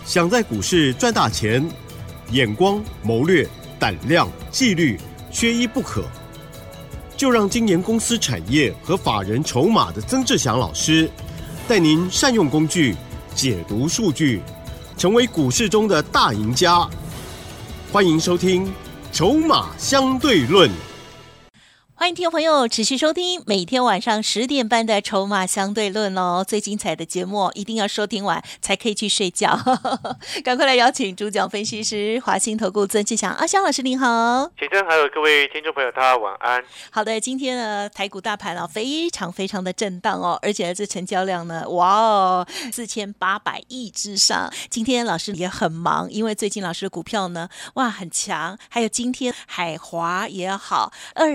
想在股市赚大钱，眼光、谋略、胆量、纪律，缺一不可。就让金研公司产业和法人筹码的曾志祥老师，带您善用工具，解读数据，成为股市中的大赢家。欢迎收听《筹码相对论》。 欢迎听众朋友持续收听每天晚上10点半的《筹码相对论》哦，最精彩的节目一定要收听完才可以去睡觉。赶快来邀请主讲分析师华信投顾曾志祥阿祥老师，您好。 启真还有各位听众朋友，大家晚安。 好的，今天呢台股大盘非常的震荡哦，而且这成交量呢，哇哦，4800亿之上。今天老师也很忙，因为最近老师的股票呢，哇很强，还有今天海华也好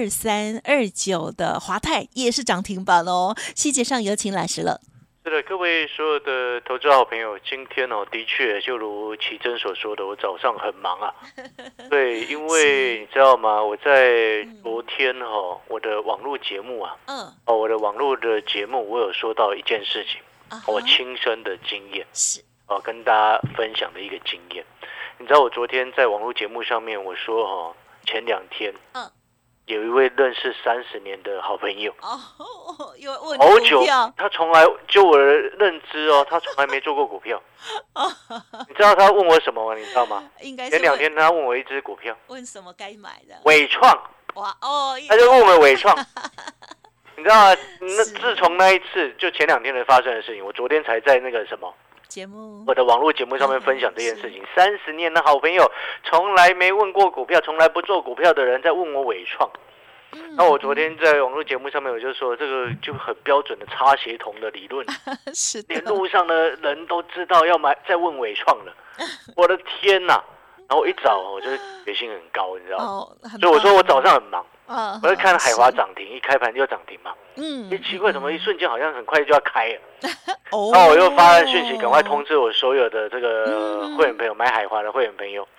，2329的华泰也是涨停板哦。细节上有请老师了。 是的，各位所有的投资好朋友，今天的确就如奇珍所说的，我早上很忙啊。对，因为你知道吗？我在昨天我的网络节目我的网络的节目，我有说到一件事情，我亲身的经验， 是跟大家分享的一个经验。你知道我昨天在网络节目上面我说前2天，有一位认识30年的好朋友， 有问好久，他从来就我的认知他从来没做过股票。你知道他问我什么吗？你知道吗？ 应该前2天他问我一只股票， 问什么该买的？ 伟创。 哇他就问我伟创。你知道吗？自从那一次，就前2天的发生的事情，我昨天才在那个什么节目， 我的网络节目上面分享这件事情。30年的好朋友，从来没问过股票，从来不做股票的人，在问我伟创。那我昨天在网络节目上面我就说，这个就很标准的擦鞋童的理论， 是的， 连路上的人都知道要买，在问伟创了。我的天哪！然后我一早我就决心很高，你知道吗？所以我说我早上很忙，我就看海华涨停，一开盘就涨停嘛。奇怪，怎么一瞬间好像很快就要开了？然后我又发了讯息，赶快通知我所有的这个会员朋友，买海华的会员朋友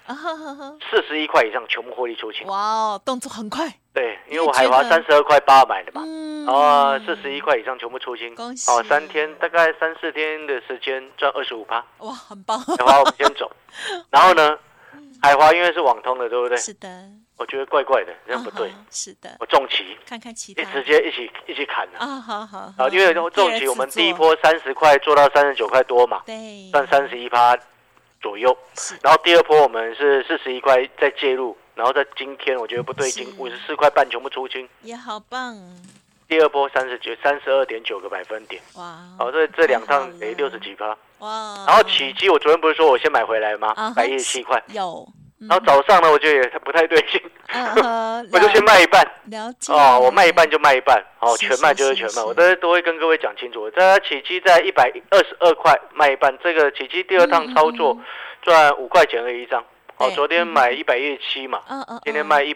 ，41块以上全部获利出清。 哇，动作很快。 对，因为我海华32块8买的嘛，然后41块以上全部出清。 恭喜 ！3天大概3-4天的时间赚25%。 哇，很棒！ 海华我们先走，然后呢，海华因为是网通的，对不对？ 是的。 我觉得怪怪的，这样不对。 是的。 我重骑， 看看其他， 直接一起砍了。好。因为重骑我们第一波30块做到39块多嘛， 对， 赚31%左右。然后第二波我们是41块再介入，然后在今天我觉得不对劲，54块半全部出清， 也好棒。 第二波32.9个百分点。哇！这2趟得60几%。哇！然后起基我昨天不是说我先买回来吗？117块。 有。 然后早上呢，我觉得也不太对劲，我就先卖一半。 了解。 我卖一半就卖一半，全卖就是全卖。我都会跟各位讲清楚。这起基在122块卖一半，这个起基第2趟操作赚5块钱而已一张。昨天买117嘛，今天卖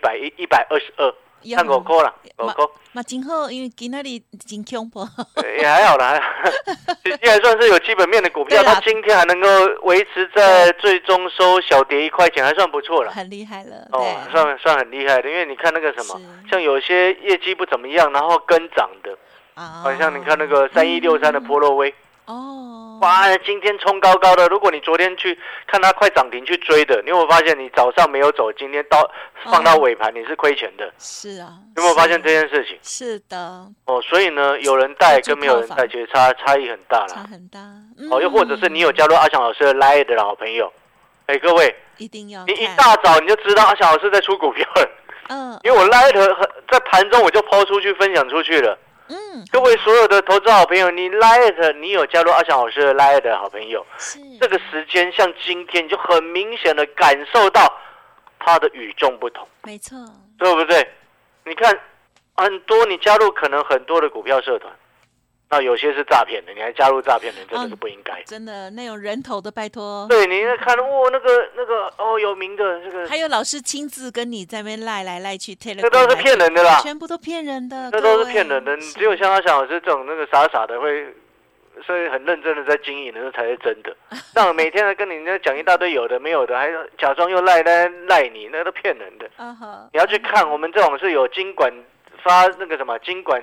122。看5块啦，5块。 嘛真好，因为今天你真恐怖。 也还好啦，其实还算是有基本面的股票，它今天还能够维持在最终收小跌1块钱，还算不错了。 很厉害了。 算很厉害的，因为你看那个什么，像有些业绩不怎么样，然后跟涨的，好像你看那个3163的波洛威。哇！今天冲高高的，如果你昨天去看它快涨停去追的，你有没有发现你早上没有走，今天放到尾盘你是亏钱的？ 是啊。 有没有发现这件事情？ 是的。 所以呢，有人带跟没有人带，其实差异很大啦。 差很大。 又或者是你有加入阿翔老师的 LINE 的好朋友，各位一定要你一大早你就知道阿翔老师在出股票了。因为我 LINE 在盘中我就抛出去分享出去了。各位所有的投资好朋友，你 LINE 你有加入阿翔老师的 LINE 的好朋友，这个时间像今天，你就很明显的感受到它的与众不同。 没错， 对不对？你看很多你加入可能很多的股票社团，那有些是诈骗的，你还加入诈骗的，真的是不应该。 真的那种人头的，拜托。 对，你看那个有名的这个， 还有老师亲自跟你在那边赖来赖去， 这都是骗人的啦， 全部都骗人的， 这都是骗人的。只有像阿翔老师这种那个傻傻的会。所以很认真的在经营的，那才是真的。那每天跟你讲一大堆有的没有的，还假装又赖你，那都骗人的。你要去看我们这种是有经管发那个什么经管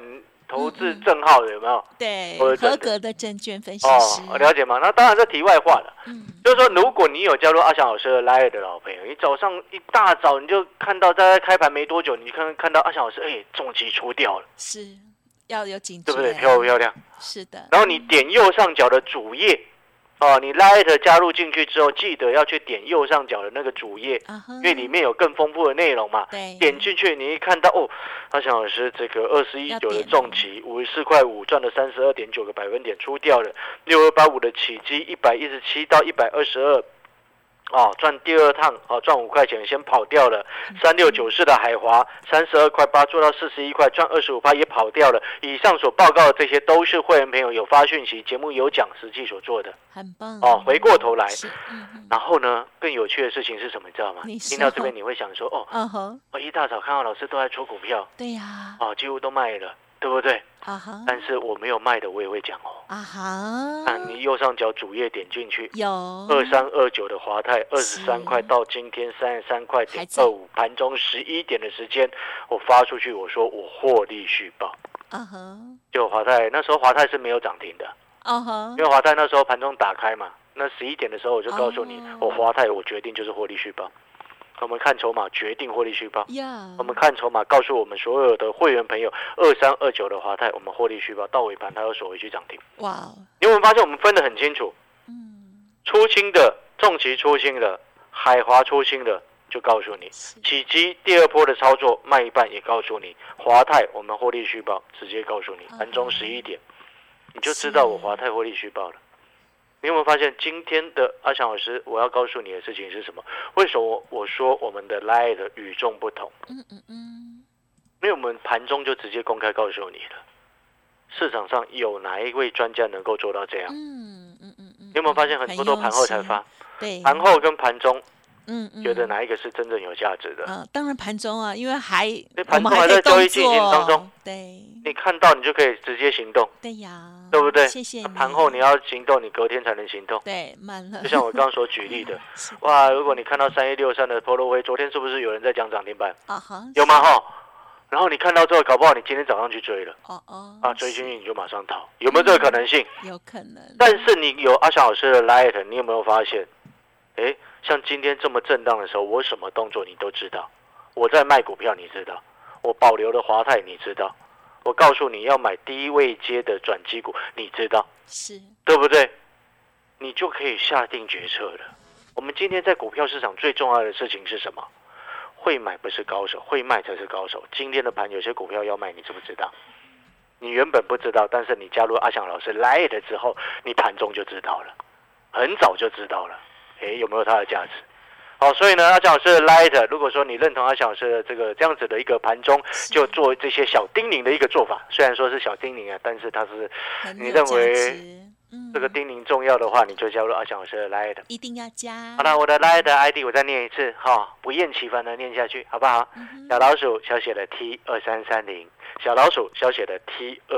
投资证号的有没有？ 对，合格的证券分析师。 了解吗？那当然是题外话了。就是说，如果你有加入阿翔老师的 LINE 的老朋友，你早上一大早你就看到在开盘没多久，你看到阿翔老师，重击出掉了， 是要有警觉， 对不对？漂不漂亮？ 是的。 然后你点右上角的主页。你 LINE 加入进去之后，记得要去点右上角的那个主页，因为里面有更丰富的内容嘛。 对， 点进去你一看到阿翔老师这个21.9的重击54.5块赚了32.9个百分点出掉了，6285的起基117到122。赚第二趟赚5块钱先跑掉了。3694的海华32.8块做到41块，赚25%也跑掉了。以上所报告的这些都是会员朋友有发讯息，节目有讲实际所做的， 很棒。 回过头来，然后呢，更有趣的事情是什么？你知道吗？听到这边你会想说，我一大早看到老师都在出股票， 对呀， 几乎都卖了，对不对？但是我没有卖的，我也会讲你右上角主页点进去， 有 2329的华泰23块到今天33块点25，盘中11点的时间，我发出去，我说我获利续报。就华泰那时候华泰是没有涨停的，因为华泰那时候盘中打开嘛，那11点的时候我就告诉你，我华泰我决定就是获利续报。我们看筹码决定获利续报，我们看筹码告诉我们所有的会员朋友，2329的华泰我们获利续报，到尾盘它又锁回去涨停。 哇！ 你有没有发现我们分得很清楚？出清的、重旗出清的、海华出清的，就告诉你；起基第二波的操作卖一半也告诉你；华泰我们获利续报，直接告诉你，盘中11点，你就知道我华泰获利续报了。你有没有发现今天的阿翔老师，我要告诉你的事情是什么？为什么我说我们的 LINE 的与众不同？因为我们盘中就直接公开告诉你了，市场上有哪一位专家能够做到这样？你有没有发现很多都盘后才发？ 对， 盘后跟盘中，觉得哪一个是真正有价值的？ 当然盘中啊，因为盘中还在交易进行当中， 对， 你看到你就可以直接行动， 对呀， 对不对？ 谢谢你。 盘后你要行动，你隔天才能行动， 对，慢了。 就像我刚刚所举例的，哇，如果你看到3163的 Polo 灰，昨天是不是有人在讲涨停板？有吗？然后你看到之后，搞不好你今天早上去追了，追进去你就马上逃，有没有这个可能性？ 有可能。 但是你有阿翔老师的 LINE， 你有没有发现？像今天这么震荡的时候，我什么动作你都知道。我在卖股票，你知道；我保留了华泰，你知道；我告诉你要买低位阶的转机股，你知道， 是对不对？你就可以下定决策了。我们今天在股票市场最重要的事情是什么？会买不是高手，会卖才是高手。今天的盘有些股票要卖，你知不知道？你原本不知道，但是你加入阿翔老师 LINE 之后，你盘中就知道了，很早就知道了。有没有它的价值？所以呢，阿翔老师的 LINE， 如果说你认同阿翔老师的这样子的一个盘中就做这些小叮咛的一个做法，虽然说是小叮咛但是它是你认为这个叮咛重要的话，你就加入阿翔老师的 LINE， 一定要加。 好了，我的 LINE 的 ID 我再念一次不厌其烦的念下去，好不好？小老鼠小写的 T2330，小老鼠小写的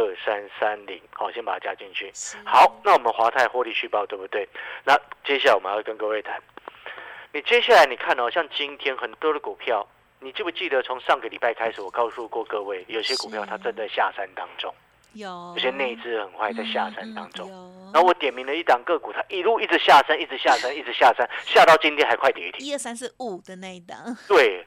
T2330，先把它加进去。好，那我们华泰获利续报，对不对？那接下来我们要跟各位谈，你接下来你看像今天很多的股票，你记不记得从上个礼拜开始，我告诉过各位，有些股票它正在下山当中，有些内资很坏在下山当中。然后我点名了一档个股，它一直下山，一直下山，一直下山，下到今天还快跌停。 12345的那一档， 对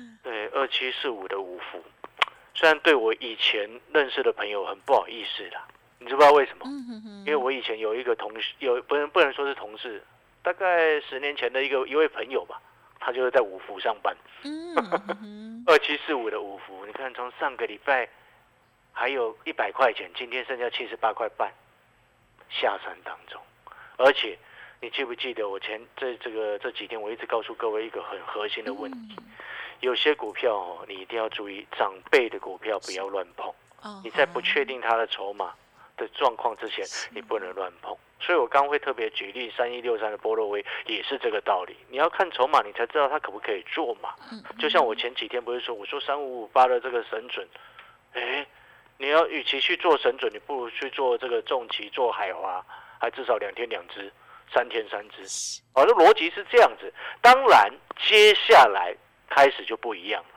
，2745的五福，虽然对我以前认识的朋友很不好意思啦，你知不知道为什么？因为我以前有一个同事，不能说是同事，大概10年前的一位朋友吧，他就是在五福上班。2745的五福，你看从上个礼拜还有100块钱，今天剩下78块半，下山当中。而且你记不记得我这几天我一直告诉各位一个很核心的问题，有些股票你一定要注意，长辈的股票不要乱碰。你在不确定它的筹码的状况之前，你不能乱碰。所以我刚会特别举例3163的波若威也是这个道理，你要看筹码，你才知道它可不可以做嘛。就像我前几天不是说，我说3558的这个神准，你要与其去做神准，你不如去做这个重旗，做海华，还至少2天2只，3天3只。这逻辑是这样子。当然，接下来开始就不一样了。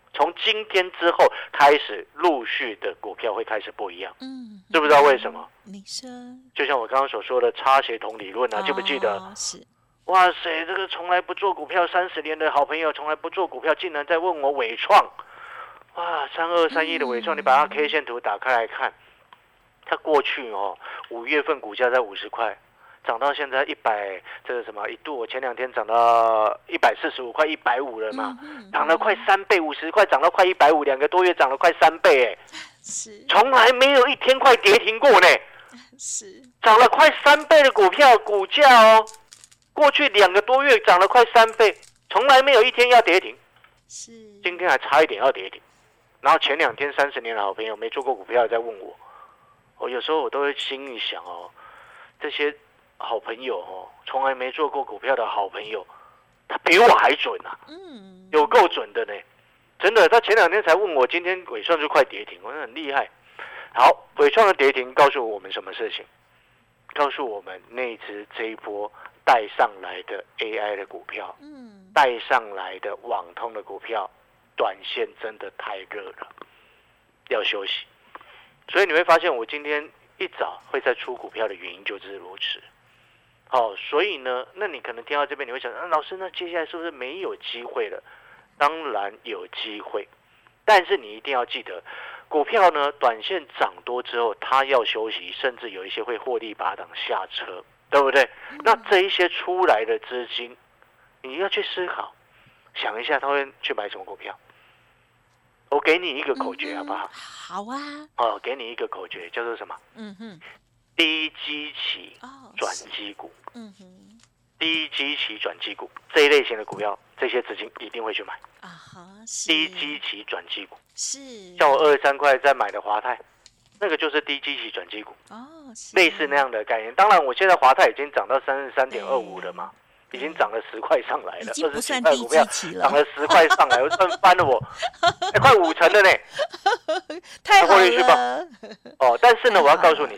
从今天之后开始，陆续的股票会开始不一样。知不知道为什么？ 你说， 就像我刚刚所说的差协同理论啊，记不记得？ 是。 哇塞，这个从来不做股票30年的好朋友，从来不做股票，竟然在问我伟创。哇，3231的伟创，你把它 K 线图打开来看，它过去5月份股价在50块。涨到现在100，这个什么一度我前2天涨到145块150了嘛，涨了快3倍，50块涨到快150，2个多月涨了快3倍哎， 是， 从来没有一天快跌停过呢， 是， 涨了快3倍的股票股价过去2个多月涨了快3倍，从来没有一天要跌停， 是， 今天还差一点要跌停，然后前2天30年的好朋友没做过股票在问我，有时候我都会心里想这些好朋友从来没做过股票的好朋友，他比我还准啊，有够准的呢，真的。他前2天才问我，今天伟创就快跌停，我很厉害。好，伟创的跌停告诉我们什么事情？告诉我们那只这一波带上来的 AI 的股票，带上来的网通的股票，短线真的太热了，要休息。所以你会发现，我今天一早会在出股票的原因就是如此。所以呢，那你可能听到这边你会想，老师，那接下来是不是没有机会了？当然有机会，但是你一定要记得，股票呢，短线涨多之后，它要休息，甚至有一些会获利拔档下车，对不对？那这一些出来的资金，你要去思考，想一下他会去买什么股票。我给你一个口诀好不好？ 好啊。 给你一个口诀，叫做什么？低基期转基股，低基期转基股这一类型的股票，这些资金一定会去买。低基期转基股是，像我23块在买的华泰，那个就是低基期转基股，类似那样的概念。当然，我现在华泰已经涨到33.25了嘛。已经涨了10块上来了，27块股票涨了10块上来，我赚翻了我，快50%了呢， 太好了。 但是呢，我要告诉你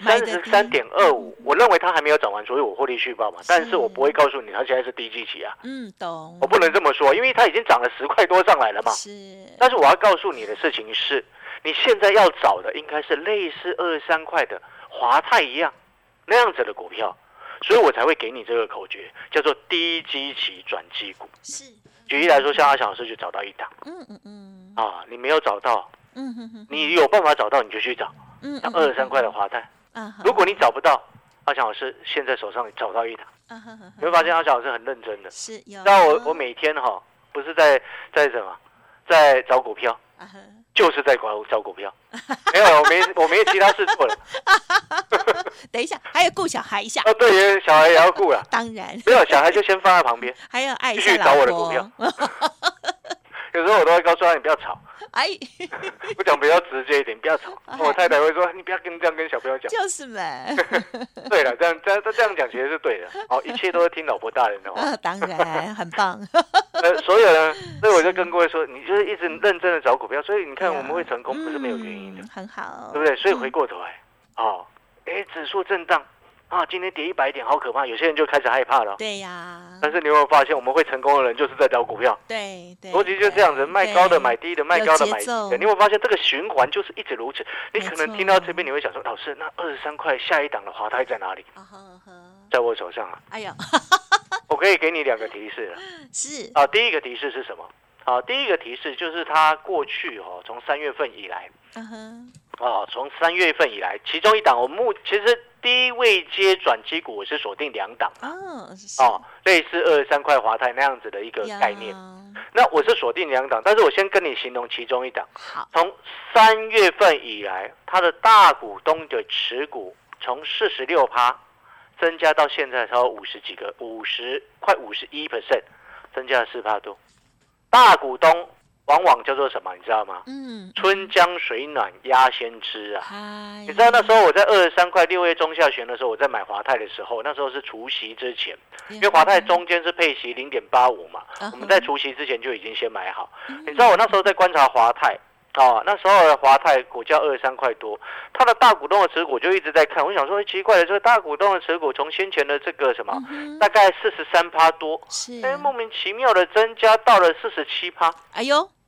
，33.25，我认为它还没有涨完，所以我获利续报嘛。但是我不会告诉你它现在是低基期啊。 懂。 我不能这么说，因为它已经涨了10块多上来了嘛。是。但是我要告诉你的事情是，你现在要找的应该是类似23块的华泰一样那样子的股票。所以我才会给你这个口诀，叫做低基期转基股。是，举例来说，像阿翔老师就找到一档，你没有找到，你有办法找到你就去找，像23块的华泰，如果你找不到，阿翔老师现在手上找到一档，你会发现阿翔老师很认真的。是，有。那我每天不是在什么，在找股票。就是在找股票，没有，我没其他事做了。 等一下，还要顾小孩一下。 对，小孩也要顾了。 当然， 没有小孩就先放在旁边， 还要爱继续找我的股票。有时候我都会告诉他，你不要吵。我讲比较直接一点，不要吵。我太太会说，你不要这样跟小朋友讲。 就是嘛。 对了，这样讲其实是对的。一切都是听老婆大人的话。 当然，很棒。 所以呢，所以我就跟各位说，你就是一直认真的找股票，所以你看我们会成功，不是没有原因的。 很好， 对不对？所以回过头来，指数震荡。今天跌100点，好可怕！有些人就开始害怕了。 对呀。 但是你有没有发现，我们会成功的人就是在找股票。 对。 逻辑就是这样子，卖高的买低的，卖高的买低的。你有没有发现这个循环就是一直如此？你可能听到这边，你会想说，老师，那23块下一档的华泰在哪里？在我手上啊。哎呀，我可以给你2个提示了。是。第一个提示是什么？第一个提示就是它过去从3月份以来，从3月份以来，其中一档其实低位接转基股我是锁定2档类似23块华泰那样子的一个概念。那我是锁定2档，但是我先跟你形容其中一档。从3月份以来，它的大股东的持股从46%增加到现在超50几个快51%，增加了4%多。大股东往往叫做什么，你知道吗？春江水暖鸭先知啊！你知道那时候我在23块6月中下旬的时候，我在买华泰的时候，那时候是除息之前，因为华泰中间是配息0.85嘛，我们在除息之前就已经先买好。你知道我那时候在观察华泰。那时候的华泰股价23块多，它的大股东的持股就一直在看，我想说奇怪的，这个大股东的持股从先前的这个什么，大概43%多，莫名其妙的增加到了47%。哎呦，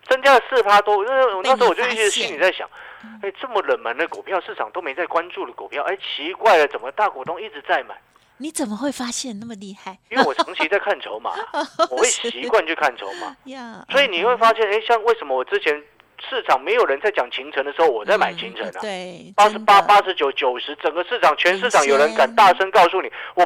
增加了4%多。我那时候我就一直心里在想，这么冷门的股票，市场都没在关注的股票，奇怪了，怎么大股东一直在买？ 你怎么会发现那么厉害？ 因为我长期在看筹码，我会习惯去看筹码，所以你会发现，像为什么我之前市场没有人在讲勤诚的时候，我在买勤诚啊。 对 ，88、89、90，整个市场全市场有人敢大声告诉你，我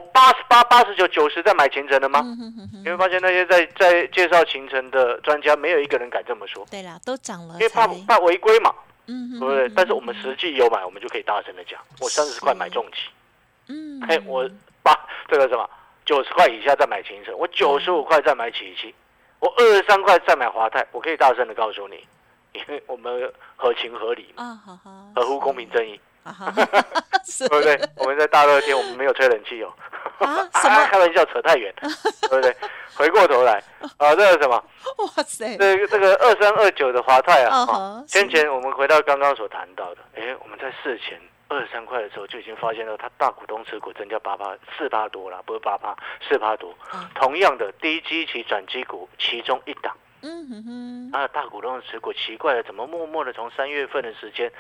88、89、90在买勤诚的吗？你会发现那些在介绍勤诚的专家，没有一个人敢这么说。 对啦，都涨了， 因为怕违规嘛，对不对？但是我们实际有买，我们就可以大声的讲，我30块买重企，我这个什么90块以下再买勤诚，我95块再买717，我23块再买华泰，我可以大声的告诉你。因为我们合情合理嘛，合乎公平正义，对不对？我们在大热天，我们没有吹冷气哦，开玩笑，扯太远，对不对？回过头来，这个什么？ 哇塞， 这个23、29的华泰啊，先前我们回到刚刚所谈到的，我们在事前23块的时候就已经发现到它大股东持股增加4%多啦，不是8%，4%多。同样的，低基期转机股其中一档。它的大股东的持股奇怪了，怎么默默的从3月份的时间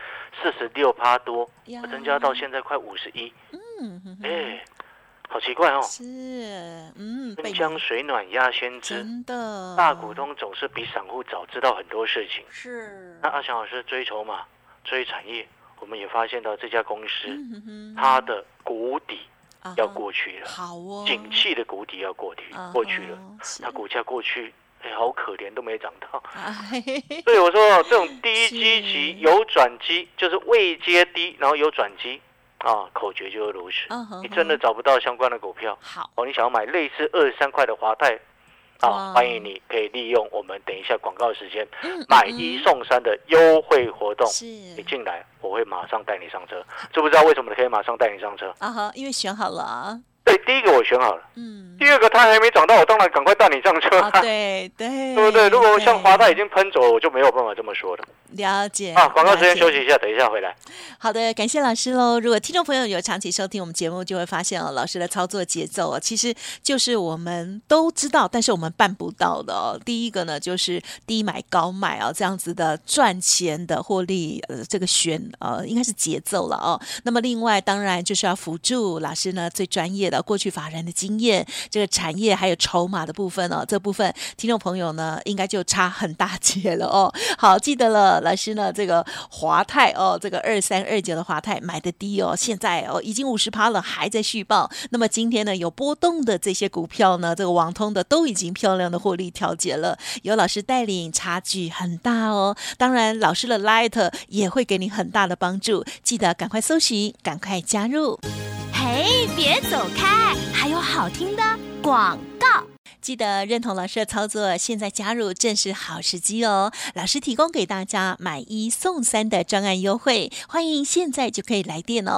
46%多，增加到现在快51%？好奇怪哦。 是， 春江水暖鸭先知， 真的， 大股东总是比散户早知道很多事情。 是。 那阿翔老师追筹码、追产业，我们也发现到这家公司，它的谷底要过去了， 好哦， 景气的谷底要过去了，它股价过去。好可怜，都没涨到。所以我说，这种低基期有转机，就是未接低，然后有转机啊，口诀就是如此。你真的找不到相关的股票，你想要买类似23块的华泰欢迎你可以利用我们等一下广告时间买1送3的优惠活动，你进来我会马上带你上车。知不知道为什么可以马上带你上车？ 因为选好了对，第一个我选好了，第二个它还没涨到，我当然赶快带你上车。 对， 对不对？如果像华泰已经喷走了，我就没有办法这么说了。 了解。 广告时间休息一下，等一下回来。 好的，感谢老师喽。如果听众朋友有长期收听我们节目，就会发现老师的操作节奏其实就是我们都知道，但是我们办不到的第一个呢，就是低买高卖这样子的赚钱的获利这个应该是节奏了那么另外当然就是要辅助老师呢最专业的过去法人的经验，这个产业还有筹码的部分这部分听众朋友呢应该就差很大截了好，记得了，老师呢这个华泰这个23、29的华泰买的低现在已经50%了，还在续报。那么今天呢有波动的这些股票呢，这个网通的都已经漂亮的获利调节了，有老师带领，差距很大当然老师的 Light 也会给你很大的帮助，记得赶快搜寻，赶快加入。 嘿，别走开，还有好听的广告。 记得认同老师的操作，现在加入正是好时机老师提供给大家买1送3的专案优惠，欢迎现在就可以来电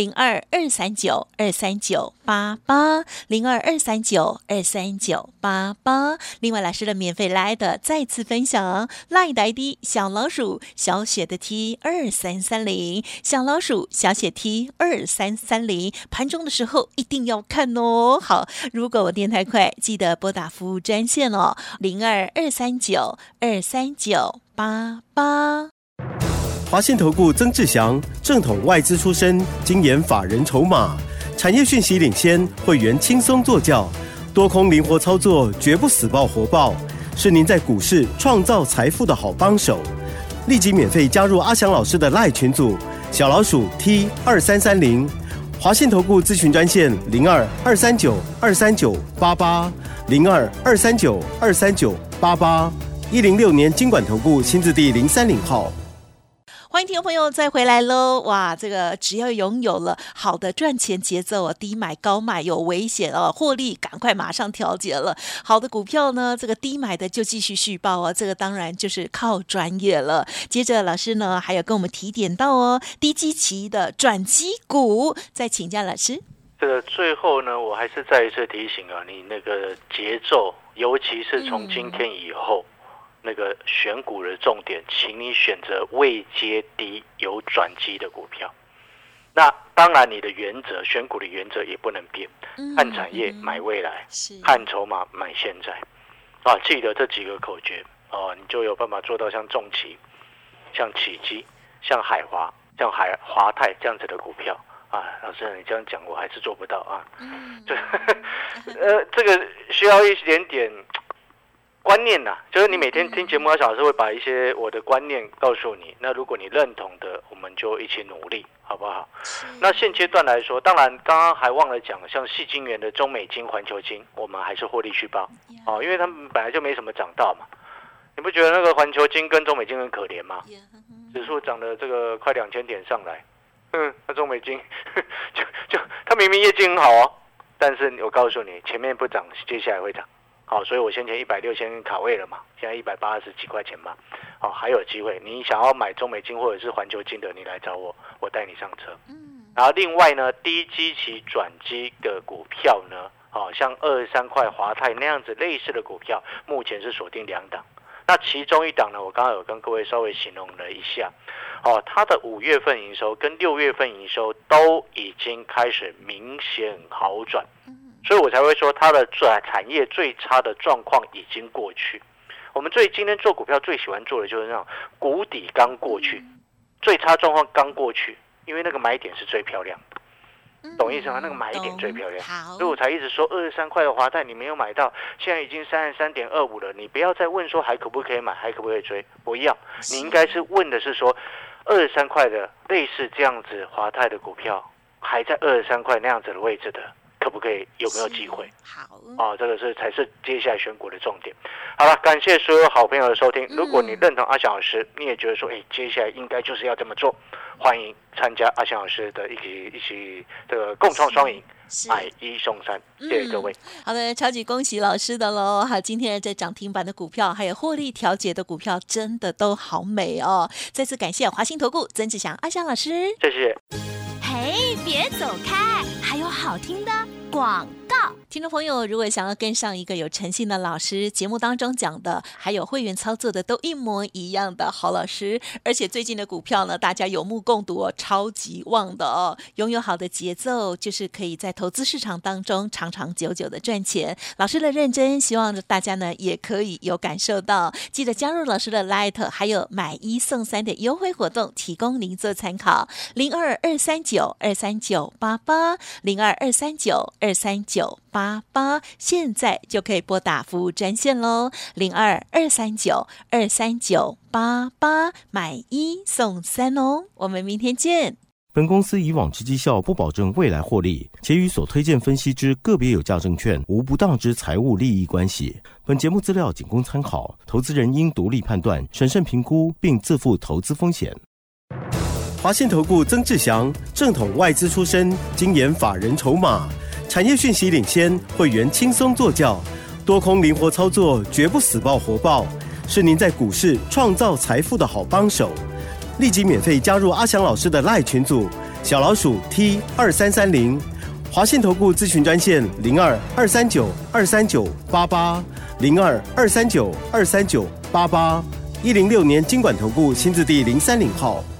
02-239-23988，02-239-23988。另外老师的免费 LINE 再次分享，LINE 的 ID 小老鼠小写的 T2330，小老鼠小写 T2330，盘中的时候一定要看好，如果我电太快，记得拨打服务专线02-239-23988。 华信投顾曾志祥，正统外资出身，精研法人筹码，产业讯息领先，会员轻松做教，多空灵活操作，绝不死抱活抱，是您在股市创造财富的好帮手。立即免费加入阿翔老师的 LINE 群组，小老鼠 T2330，华信投顾咨询专线02-239-23988，02-239-23988，106年金管投顾新字第030号。 欢迎听众朋友再回来喽！哇，这个只要拥有了好的赚钱节奏低买高卖有危险获利赶快马上调节了。好的股票呢，这个低买的就继续续报这个当然就是靠专业了。接着老师呢还有跟我们提点到低基期的转机股，再请教老师。 这个最后呢，我还是再一次提醒你那个节奏，尤其是从今天以后。那个选股的重点，请你选择未接低有转机的股票。那当然，你的原则选股的原则也不能变，看产业买未来，看筹码买现在。记得这几个口诀。 你就有办法做到像重骑、像启基、像海华、像华泰这样子的股票啊。老师，你这样讲我还是做不到啊。这个需要一点点观念呐，就是你每天听节目，老师会把一些我的观念告诉你。那如果你认同的，我们就一起努力，好不好？那现阶段来说，当然刚刚还忘了讲，像矽晶圆的中美晶、环球晶，我们还是获利续报哦，因为他们本来就没什么涨到嘛。你不觉得那个环球晶跟中美晶很可怜吗？指数涨了这个快2000点上来，那中美晶就它明明业绩很好哦，但是我告诉你，前面不涨，接下来会涨。好，所以我先前160先卡位了嘛，现在180几块钱嘛，好，还有机会。你想要买中美晶或者是环球晶的，你来找我，我带你上车。然后另外呢，低基期转机的股票呢，像23块华泰那样子类似的股票，目前是锁定2档。那其中一档呢，我刚刚有跟各位稍微形容了一下，它的5月份营收跟6月份营收都已经开始明显好转。所以我才会说它的产业最差的状况已经过去。我们今天做股票最喜欢做的就是那种谷底刚过去，最差状况刚过去，因为那个买点是最漂亮的，懂意思吗？那个买点最漂亮，所以我才一直说23块的华泰你没有买到，现在已经33.25了，你不要再问说还可不可以买，还可不可以追，不要，你应该是问的是说23块的类似这样子华泰的股票，还在23块那样子的位置的。可不可以？有没有机会？好，这个才是接下来选股的重点。好了，感谢所有好朋友的收听。如果你认同阿翔老师，你也觉得说，接下来应该就是要这么做，欢迎参加阿翔老师的一起这个共创双赢，买1送3，谢谢各位。 好的，超级恭喜老师的喽！好，今天在涨停板的股票，还有获利调节的股票，真的都好美哦！再次感谢华信投顾曾志祥阿翔老师， 谢谢。 嘿，别走开，还有好听的广告。 听众朋友，如果想要跟上一个有诚信的老师，节目当中讲的还有会员操作的都一模一样的好老师，而且最近的股票呢，大家有目共睹哦，超级旺的哦，拥有好的节奏，就是可以在投资市场当中长长久久的赚钱。老师的认真，希望大家呢也可以有感受到，记得加入老师的 Light， 还有买1送3的优惠活动，提供您做参考。02-239-23988，02-239-23988，现在就可以拨打服务专线咯，02-239-23988，买1送3哦。我们明天见。 本公司以往之绩效不保证未来获利，且与所推荐分析之个别有价证券无不当之财务利益关系。本节目资料仅供参考，投资人应独立判断、审慎评估，并自负投资风险。华信投顾曾志祥，正统外资出身，精研法人筹码，产业讯息领先，会员轻松做教，多空灵活操作，绝不死抱活抱，是您在股市创造财富的好帮手。立即免费加入阿翔老师的 LINE 群组，小老鼠 T2330，华信投顾咨询专线02-239-23988，02-239-23988，106年金管投顾新字第030号。